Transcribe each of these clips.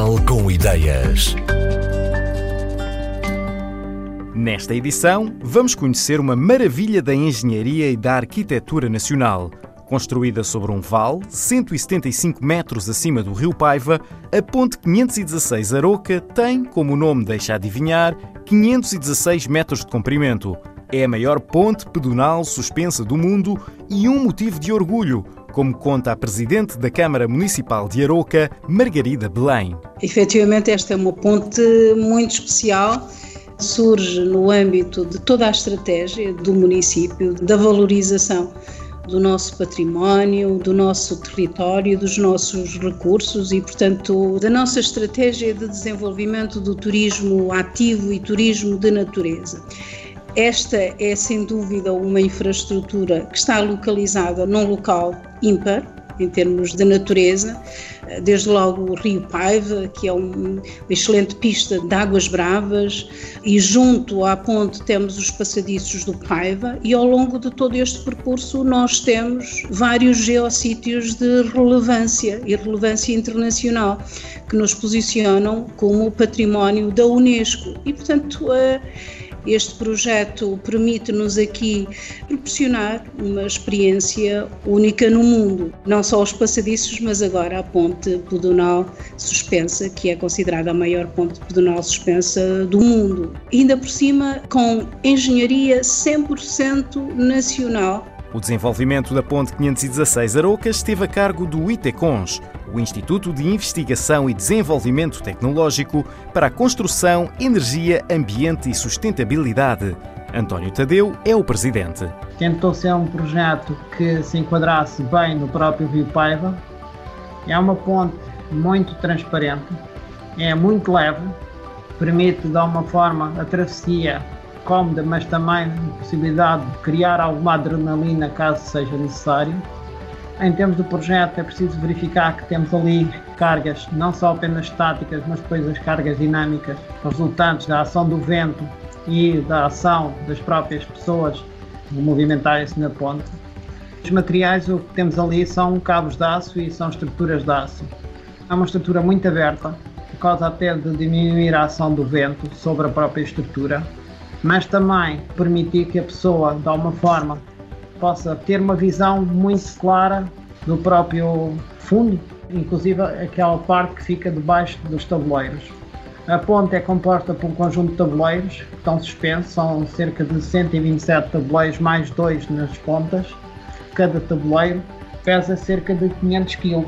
Portugal com Ideias. Nesta edição, vamos conhecer uma maravilha da engenharia e da arquitetura nacional. Construída sobre um vale, 175 metros acima do rio Paiva, a Ponte 516 Aroca tem, como o nome deixa adivinhar, 516 metros de comprimento. É a maior ponte pedonal suspensa do mundo e um motivo de orgulho, como conta a Presidente da Câmara Municipal de Aroca, Margarida Belém. Efetivamente, esta é uma ponte muito especial. Surge no âmbito de toda a estratégia do município, da valorização do nosso património, do nosso território, dos nossos recursos e, portanto, da nossa estratégia de desenvolvimento do turismo ativo e turismo de natureza. Esta é, sem dúvida, uma infraestrutura que está localizada num local ímpar, em termos de natureza, desde logo o rio Paiva, que é uma excelente pista de águas bravas, e junto à ponte temos os passadiços do Paiva, e ao longo de todo este percurso nós temos vários geossítios de relevância e relevância internacional, que nos posicionam como património da Unesco. E, portanto, este projeto permite-nos aqui proporcionar uma experiência única no mundo. Não só os passadiços, mas agora a ponte pedonal suspensa, que é considerada a maior ponte pedonal suspensa do mundo. Ainda por cima, com engenharia 100% nacional. O desenvolvimento da Ponte 516 Aroca esteve a cargo do ITECONS, o Instituto de Investigação e Desenvolvimento Tecnológico para a Construção, Energia, Ambiente e Sustentabilidade. António Tadeu é o presidente. Tentou ser um projeto que se enquadrasse bem no próprio rio Paiva. É uma ponte muito transparente, é muito leve, permite de alguma forma a travessia cómoda, mas também a possibilidade de criar alguma adrenalina caso seja necessário. Em termos do projeto é preciso verificar que temos ali cargas não só apenas estáticas, mas depois as cargas dinâmicas resultantes da ação do vento e da ação das próprias pessoas de movimentarem-se na ponte. Os materiais, o que temos ali são cabos de aço e são estruturas de aço. É uma estrutura muito aberta, por causa até de diminuir a ação do vento sobre a própria estrutura, mas também permitir que a pessoa, de alguma forma, possa ter uma visão muito clara do próprio fundo, inclusive aquela parte que fica debaixo dos tabuleiros. A ponte é composta por um conjunto de tabuleiros que estão suspensos, são cerca de 127 tabuleiros mais 2 nas pontas. Cada tabuleiro pesa cerca de 500 kg.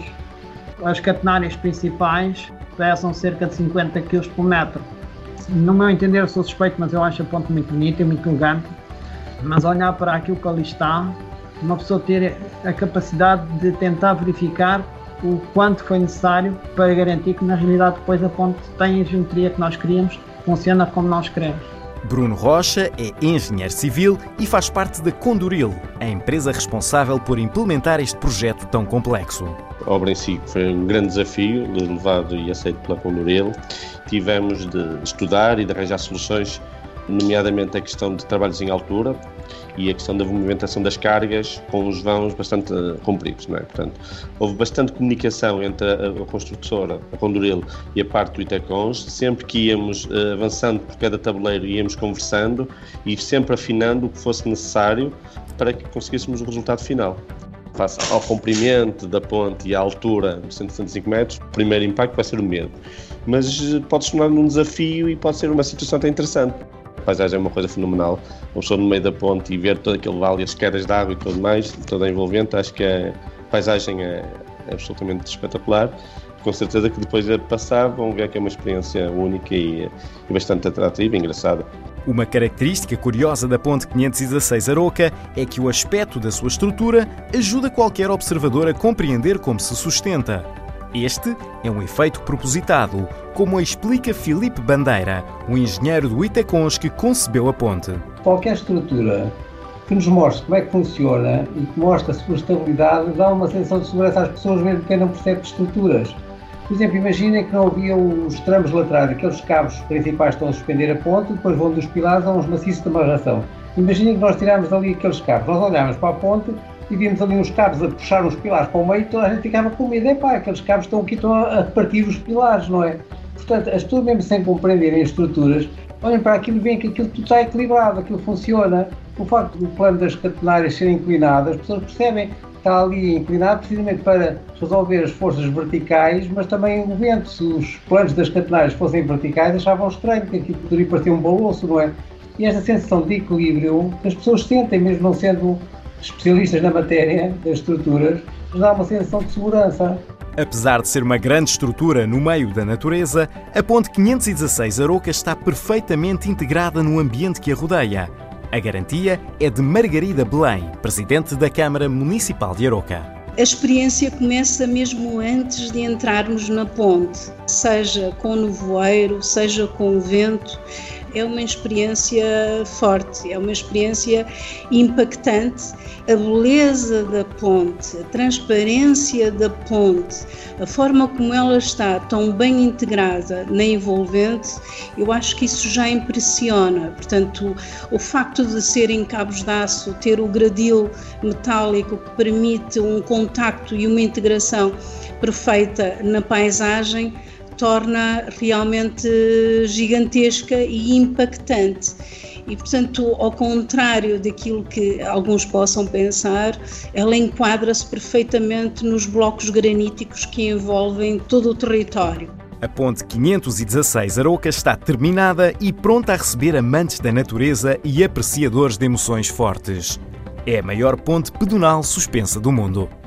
As catenárias principais pesam cerca de 50 kg por metro. No meu entender, eu sou suspeito, mas eu acho a ponte muito bonita e muito elegante. Mas olhar para aquilo que ali está, uma pessoa ter a capacidade de tentar verificar o quanto foi necessário para garantir que na realidade depois a ponte tem a geometria que nós queríamos, funciona como nós queremos. Bruno Rocha é engenheiro civil e faz parte da Conduril, a empresa responsável por implementar este projeto tão complexo. A obra em si foi um grande desafio, levado e aceito pela Conduril. Tivemos de estudar e de arranjar soluções, nomeadamente a questão de trabalhos em altura e a questão da movimentação das cargas com os vãos bastante compridos, não é? Portanto, houve bastante comunicação entre a construtora, a Conduril, e a parte do ITECONS. Sempre que íamos avançando por cada tabuleiro, íamos conversando e sempre afinando o que fosse necessário para que conseguíssemos o resultado final. Face ao comprimento da ponte e à altura de 165 metros, o primeiro impacto vai ser o mesmo. Mas pode se tornar um desafio e pode ser uma situação até interessante. A paisagem é uma coisa fenomenal. Uma pessoa no meio da ponte e ver todo aquele vale, as quedas de água e tudo mais, toda envolvente, acho que a paisagem é absolutamente espetacular. Com certeza que depois de passar vão ver que é uma experiência única e bastante atrativa e engraçada. Uma característica curiosa da Ponte 516 Aroca é que o aspecto da sua estrutura ajuda qualquer observador a compreender como se sustenta. Este é um efeito propositado, como explica Filipe Bandeira, um engenheiro do ITECONS que concebeu a ponte. Qualquer estrutura que nos mostre como é que funciona e que mostre a sua estabilidade dá uma sensação de segurança às pessoas mesmo quem não percebe de estruturas. Por exemplo, imaginem que não havia os tramos laterais, aqueles cabos principais que estão a suspender a ponte, depois vão dos pilares a uns maciços de amarração. Imaginem que nós tirarmos dali aqueles cabos, nós olhamos para a ponte e vimos ali uns cabos a puxar os pilares para o meio e toda a gente ficava com medo. Aqueles cabos estão aqui, estão a partir os pilares, não é? Portanto, as pessoas mesmo sem compreenderem as estruturas, olhem para aquilo e veem que aquilo tudo está equilibrado, aquilo funciona. O facto do plano das catenárias ser inclinado, as pessoas percebem que está ali inclinado precisamente para resolver as forças verticais, mas também o vento. Se os planos das catenárias fossem verticais, achavam estranho, que aquilo poderia parecer um balouço, não é? E esta sensação de equilíbrio que as pessoas sentem, mesmo não sendo especialistas na matéria das estruturas, nos dá uma sensação de segurança. Apesar de ser uma grande estrutura no meio da natureza, a Ponte 516 Aroca está perfeitamente integrada no ambiente que a rodeia. A garantia é de Margarida Belém, presidente da Câmara Municipal de Aroca. A experiência começa mesmo antes de entrarmos na ponte, seja com o nevoeiro, seja com o vento. É uma experiência forte, é uma experiência impactante. A beleza da ponte, a transparência da ponte, a forma como ela está tão bem integrada na envolvente, eu acho que isso já impressiona. Portanto, o facto de ser em cabos de aço, ter o gradil metálico que permite um contacto e uma integração perfeita na paisagem, torna realmente gigantesca e impactante. E, portanto, ao contrário daquilo que alguns possam pensar, ela enquadra-se perfeitamente nos blocos graníticos que envolvem todo o território. A Ponte 516 Aroca está terminada e pronta a receber amantes da natureza e apreciadores de emoções fortes. É a maior ponte pedonal suspensa do mundo.